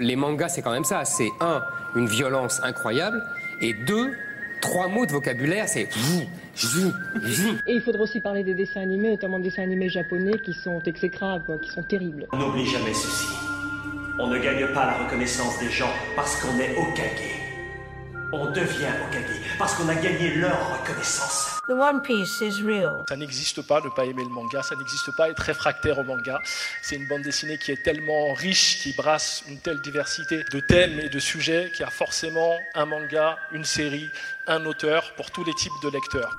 les mangas, c'est quand même ça. C'est une violence incroyable, et 3 mots de vocabulaire, c'est... Et il faudra aussi parler des dessins animés, notamment des dessins animés japonais qui sont exécrables, qui sont terribles. On n'oublie jamais ceci. On ne gagne pas la reconnaissance des gens parce qu'on est Hokage. On devient Hokage parce qu'on a gagné leur reconnaissance. The One Piece is real. Ça n'existe pas de ne pas aimer le manga, ça n'existe pas être réfractaire au manga. C'est une bande dessinée qui est tellement riche, qui brasse une telle diversité de thèmes et de sujets qu'il y a forcément un manga, une série, un auteur pour tous les types de lecteurs.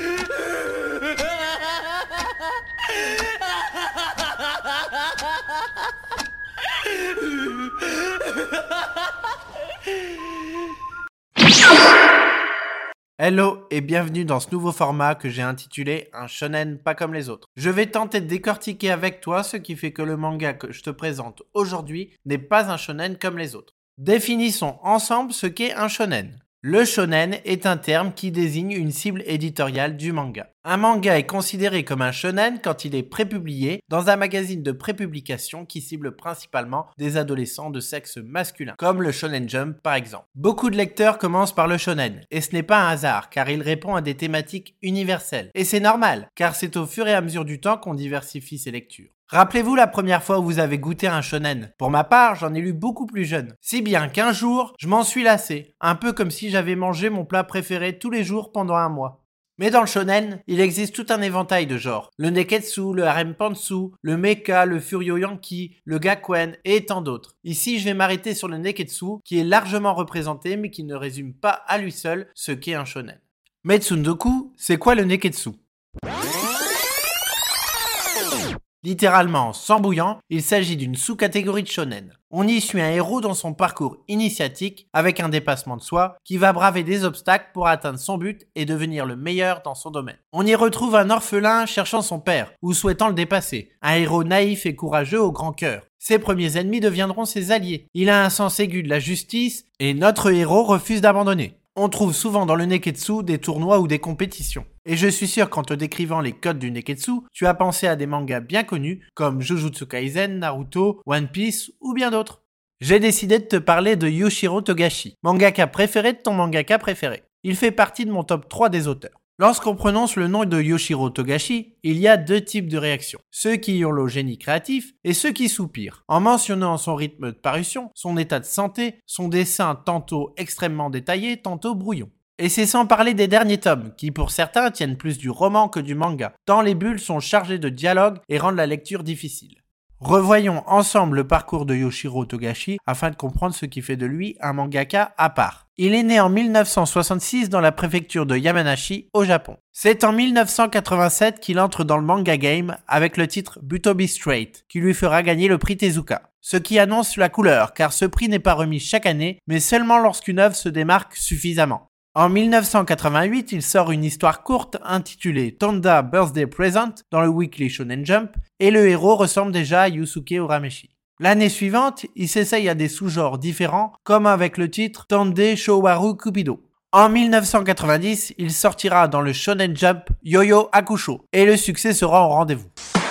Hello et bienvenue dans ce nouveau format que j'ai intitulé Un shonen pas comme les autres. Je vais tenter de décortiquer avec toi ce qui fait que le manga que je te présente aujourd'hui n'est pas un shonen comme les autres. Définissons ensemble ce qu'est un shonen. Le shonen est un terme qui désigne une cible éditoriale du manga. Un manga est considéré comme un shonen quand il est prépublié dans un magazine de prépublication qui cible principalement des adolescents de sexe masculin, comme le Shonen Jump par exemple. Beaucoup de lecteurs commencent par le shonen, et ce n'est pas un hasard car il répond à des thématiques universelles. Et c'est normal, car c'est au fur et à mesure du temps qu'on diversifie ses lectures. Rappelez-vous la première fois où vous avez goûté un shonen. Pour ma part, j'en ai lu beaucoup plus jeune. Si bien qu'un jour, je m'en suis lassé. Un peu comme si j'avais mangé mon plat préféré tous les jours pendant un mois. Mais dans le shonen, il existe tout un éventail de genres. Le neketsu, le harem pantsu, le mecha, le furyo yankee, le gakuen et tant d'autres. Ici, je vais m'arrêter sur le neketsu qui est largement représenté mais qui ne résume pas à lui seul ce qu'est un shonen. Mais Tsundoku, c'est quoi le neketsu ? Littéralement, sans bouillant, il s'agit d'une sous-catégorie de shonen. On y suit un héros dans son parcours initiatique avec un dépassement de soi qui va braver des obstacles pour atteindre son but et devenir le meilleur dans son domaine. On y retrouve un orphelin cherchant son père ou souhaitant le dépasser, un héros naïf et courageux au grand cœur. Ses premiers ennemis deviendront ses alliés. Il a un sens aigu de la justice et notre héros refuse d'abandonner. On trouve souvent dans le neketsu des tournois ou des compétitions. Et je suis sûr qu'en te décrivant les codes du neketsu, tu as pensé à des mangas bien connus comme Jujutsu Kaisen, Naruto, One Piece ou bien d'autres. J'ai décidé de te parler de Yoshiro Togashi, mangaka préféré de ton mangaka préféré. Il fait partie de mon top 3 des auteurs. Lorsqu'on prononce le nom de Yoshiro Togashi, il y a deux types de réactions. Ceux qui hurlent au génie créatif et ceux qui soupirent, en mentionnant son rythme de parution, son état de santé, son dessin tantôt extrêmement détaillé, tantôt brouillon. Et c'est sans parler des derniers tomes, qui pour certains tiennent plus du roman que du manga, tant les bulles sont chargées de dialogue et rendent la lecture difficile. Revoyons ensemble le parcours de Yoshiro Togashi afin de comprendre ce qui fait de lui un mangaka à part. Il est né en 1966 dans la préfecture de Yamanashi, au Japon. C'est en 1987 qu'il entre dans le manga game avec le titre Butobi Straight, qui lui fera gagner le prix Tezuka. Ce qui annonce la couleur, car ce prix n'est pas remis chaque année, mais seulement lorsqu'une œuvre se démarque suffisamment. En 1988, il sort une histoire courte intitulée Tonda Birthday Present dans le Weekly Shonen Jump et le héros ressemble déjà à Yusuke Urameshi. L'année suivante, il s'essaye à des sous-genres différents comme avec le titre Tande Showaru Cupido. En 1990, il sortira dans le Shonen Jump Yo-Yo Hakusho et le succès sera au rendez-vous.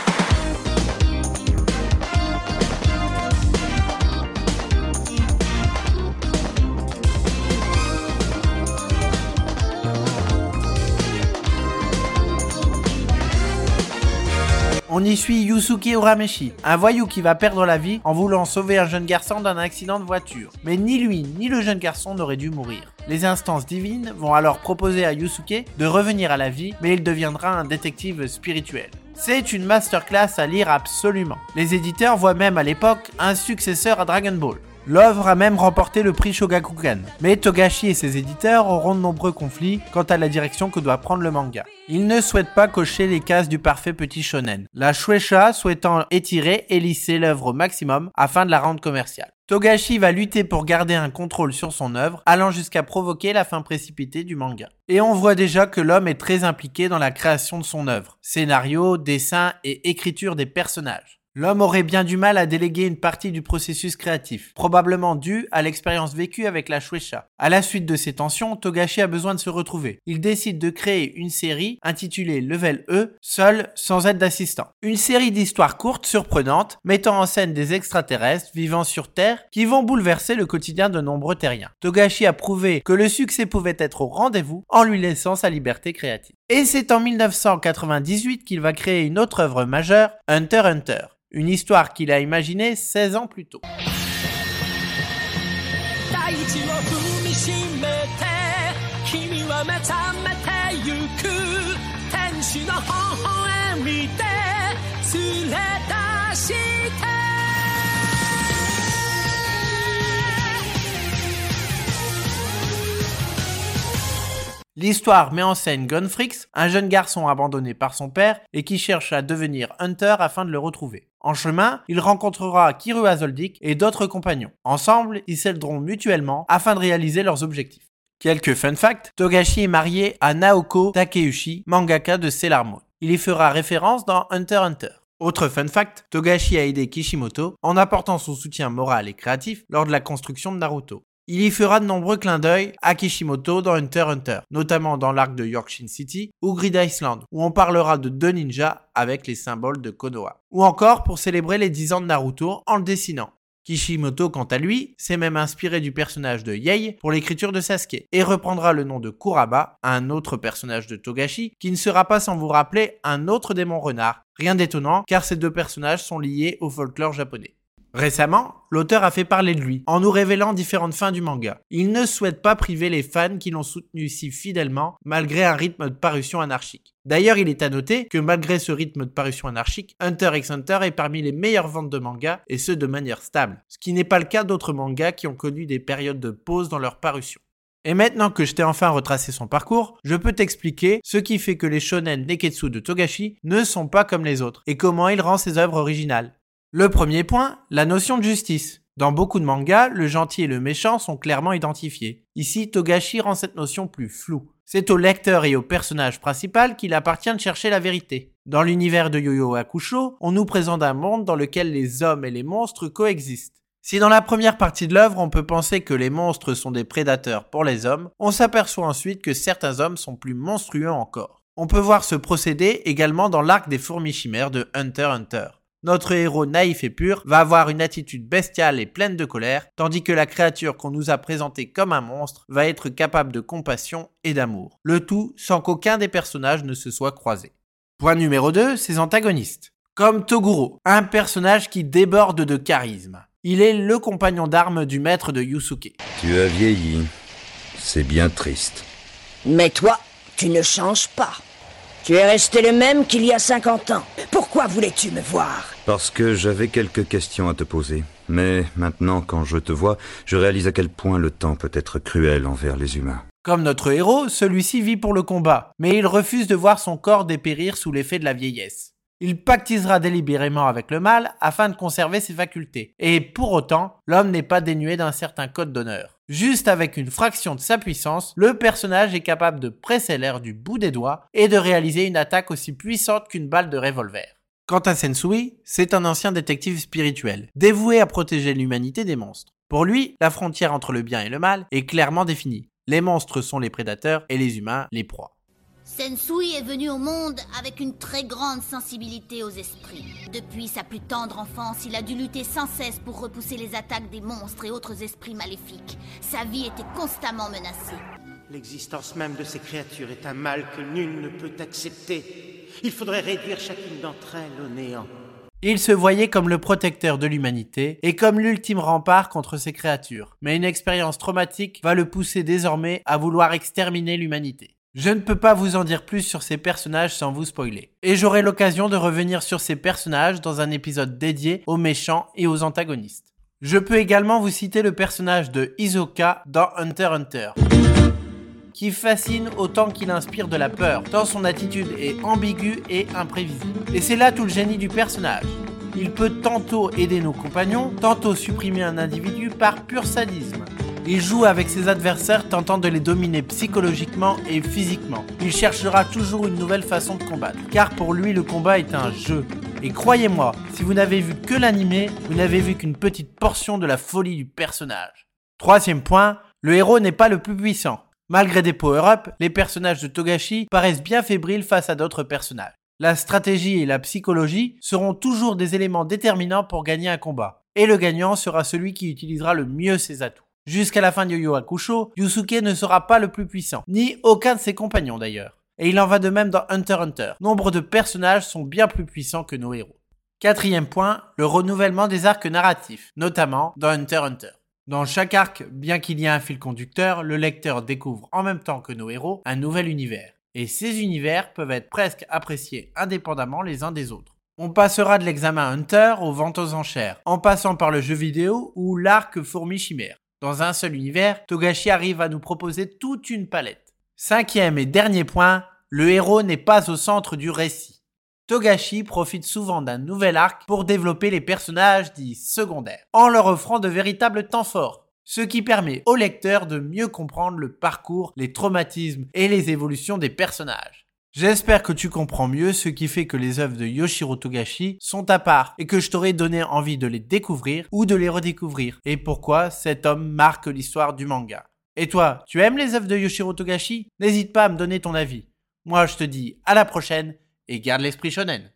On y suit Yusuke Urameshi, un voyou qui va perdre la vie en voulant sauver un jeune garçon d'un accident de voiture. Mais ni lui ni le jeune garçon n'auraient dû mourir. Les instances divines vont alors proposer à Yusuke de revenir à la vie, mais il deviendra un détective spirituel. C'est une masterclass à lire absolument. Les éditeurs voient même à l'époque un successeur à Dragon Ball. L'œuvre a même remporté le prix Shogakukan. Mais Togashi et ses éditeurs auront de nombreux conflits quant à la direction que doit prendre le manga. Ils ne souhaitent pas cocher les cases du parfait petit shonen, la Shueisha souhaitant étirer et lisser l'œuvre au maximum afin de la rendre commerciale. Togashi va lutter pour garder un contrôle sur son œuvre, allant jusqu'à provoquer la fin précipitée du manga. Et on voit déjà que l'homme est très impliqué dans la création de son œuvre, scénario, dessin et écriture des personnages. L'homme aurait bien du mal à déléguer une partie du processus créatif, probablement dû à l'expérience vécue avec la Shueisha. À la suite de ces tensions, Togashi a besoin de se retrouver. Il décide de créer une série intitulée Level E, seul, sans aide d'assistant. Une série d'histoires courtes, surprenantes, mettant en scène des extraterrestres vivant sur Terre qui vont bouleverser le quotidien de nombreux terriens. Togashi a prouvé que le succès pouvait être au rendez-vous en lui laissant sa liberté créative. Et c'est en 1998 qu'il va créer une autre œuvre majeure, Hunter x Hunter. Une histoire qu'il a imaginée 16 ans plus tôt. L'histoire met en scène Gunfrix, un jeune garçon abandonné par son père et qui cherche à devenir hunter afin de le retrouver. En chemin, il rencontrera Kiru Zoldyck et d'autres compagnons. Ensemble, ils s'aideront mutuellement afin de réaliser leurs objectifs. Quelques fun facts, Togashi est marié à Naoko Takeuchi, mangaka de Sailor Moon. Il y fera référence dans Hunter x Hunter. Autre fun fact, Togashi a aidé Kishimoto en apportant son soutien moral et créatif lors de la construction de Naruto. Il y fera de nombreux clins d'œil à Kishimoto dans Hunter x Hunter, notamment dans l'arc de Yorkshire City ou Grid Island, où on parlera de deux ninjas avec les symboles de Konoha. Ou encore pour célébrer les 10 ans de Naruto en le dessinant. Kishimoto, quant à lui, s'est même inspiré du personnage de Yei pour l'écriture de Sasuke, et reprendra le nom de Kuraba, un autre personnage de Togashi, qui ne sera pas sans vous rappeler un autre démon renard. Rien d'étonnant, car ces deux personnages sont liés au folklore japonais. Récemment, l'auteur a fait parler de lui, en nous révélant différentes fins du manga. Il ne souhaite pas priver les fans qui l'ont soutenu si fidèlement, malgré un rythme de parution anarchique. D'ailleurs, il est à noter que malgré ce rythme de parution anarchique, Hunter x Hunter est parmi les meilleures ventes de manga, et ce de manière stable, ce qui n'est pas le cas d'autres mangas qui ont connu des périodes de pause dans leur parution. Et maintenant que je t'ai enfin retracé son parcours, je peux t'expliquer ce qui fait que les shonen neketsu de Togashi ne sont pas comme les autres, et comment il rend ses œuvres originales. Le premier point, la notion de justice. Dans beaucoup de mangas, le gentil et le méchant sont clairement identifiés. Ici, Togashi rend cette notion plus floue. C'est au lecteur et au personnage principal qu'il appartient de chercher la vérité. Dans l'univers de Yu Yu Hakusho, on nous présente un monde dans lequel les hommes et les monstres coexistent. Si dans la première partie de l'œuvre, on peut penser que les monstres sont des prédateurs pour les hommes, on s'aperçoit ensuite que certains hommes sont plus monstrueux encore. On peut voir ce procédé également dans l'arc des fourmis chimères de Hunter x Hunter. Notre héros naïf et pur va avoir une attitude bestiale et pleine de colère, tandis que la créature qu'on nous a présentée comme un monstre va être capable de compassion et d'amour. Le tout sans qu'aucun des personnages ne se soit croisé. Point numéro 2, ses antagonistes. Comme Toguro, un personnage qui déborde de charisme. Il est le compagnon d'armes du maître de Yusuke. Tu as vieilli. C'est bien triste. Mais toi, tu ne changes pas. Tu es resté le même qu'il y a 50 ans. Pourquoi voulais-tu me voir ? Parce que j'avais quelques questions à te poser. Mais maintenant, quand je te vois, je réalise à quel point le temps peut être cruel envers les humains. Comme notre héros, celui-ci vit pour le combat, mais il refuse de voir son corps dépérir sous l'effet de la vieillesse. Il pactisera délibérément avec le mal afin de conserver ses facultés. Et pour autant, l'homme n'est pas dénué d'un certain code d'honneur. Juste avec une fraction de sa puissance, le personnage est capable de presser l'air du bout des doigts et de réaliser une attaque aussi puissante qu'une balle de revolver. Quant à Sensui, c'est un ancien détective spirituel, dévoué à protéger l'humanité des monstres. Pour lui, la frontière entre le bien et le mal est clairement définie. Les monstres sont les prédateurs et les humains les proies. Sensui est venu au monde avec une très grande sensibilité aux esprits. Depuis sa plus tendre enfance, il a dû lutter sans cesse pour repousser les attaques des monstres et autres esprits maléfiques. Sa vie était constamment menacée. L'existence même de ces créatures est un mal que nul ne peut accepter. Il faudrait réduire chacune d'entre elles au néant. Il se voyait comme le protecteur de l'humanité et comme l'ultime rempart contre ces créatures. Mais une expérience traumatique va le pousser désormais à vouloir exterminer l'humanité. Je ne peux pas vous en dire plus sur ces personnages sans vous spoiler. Et j'aurai l'occasion de revenir sur ces personnages dans un épisode dédié aux méchants et aux antagonistes. Je peux également vous citer le personnage de Hisoka dans Hunter x Hunter, qui fascine autant qu'il inspire de la peur, tant son attitude est ambiguë et imprévisible. Et c'est là tout le génie du personnage. Il peut tantôt aider nos compagnons, tantôt supprimer un individu par pur sadisme. Il joue avec ses adversaires tentant de les dominer psychologiquement et physiquement. Il cherchera toujours une nouvelle façon de combattre, car pour lui le combat est un jeu. Et croyez-moi, si vous n'avez vu que l'animé, vous n'avez vu qu'une petite portion de la folie du personnage. Troisième point, le héros n'est pas le plus puissant. Malgré des power-ups, les personnages de Togashi paraissent bien fébriles face à d'autres personnages. La stratégie et la psychologie seront toujours des éléments déterminants pour gagner un combat. Et le gagnant sera celui qui utilisera le mieux ses atouts. Jusqu'à la fin de Yu Yu Hakusho, Yusuke ne sera pas le plus puissant, ni aucun de ses compagnons d'ailleurs. Et il en va de même dans Hunter x Hunter. Nombre de personnages sont bien plus puissants que nos héros. Quatrième point, le renouvellement des arcs narratifs, notamment dans Hunter x Hunter. Dans chaque arc, bien qu'il y ait un fil conducteur, le lecteur découvre en même temps que nos héros un nouvel univers. Et ces univers peuvent être presque appréciés indépendamment les uns des autres. On passera de l'examen Hunter aux ventes aux enchères, en passant par le jeu vidéo ou l'arc Fourmi Chimère. Dans un seul univers, Togashi arrive à nous proposer toute une palette. Cinquième et dernier point, le héros n'est pas au centre du récit. Togashi profite souvent d'un nouvel arc pour développer les personnages dits secondaires, en leur offrant de véritables temps forts, ce qui permet au lecteur de mieux comprendre le parcours, les traumatismes et les évolutions des personnages. J'espère que tu comprends mieux ce qui fait que les œuvres de Yoshiro Togashi sont à part et que je t'aurais donné envie de les découvrir ou de les redécouvrir et pourquoi cet homme marque l'histoire du manga. Et toi, tu aimes les œuvres de Yoshiro Togashi ? N'hésite pas à me donner ton avis. Moi, je te dis à la prochaine et garde l'esprit shonen.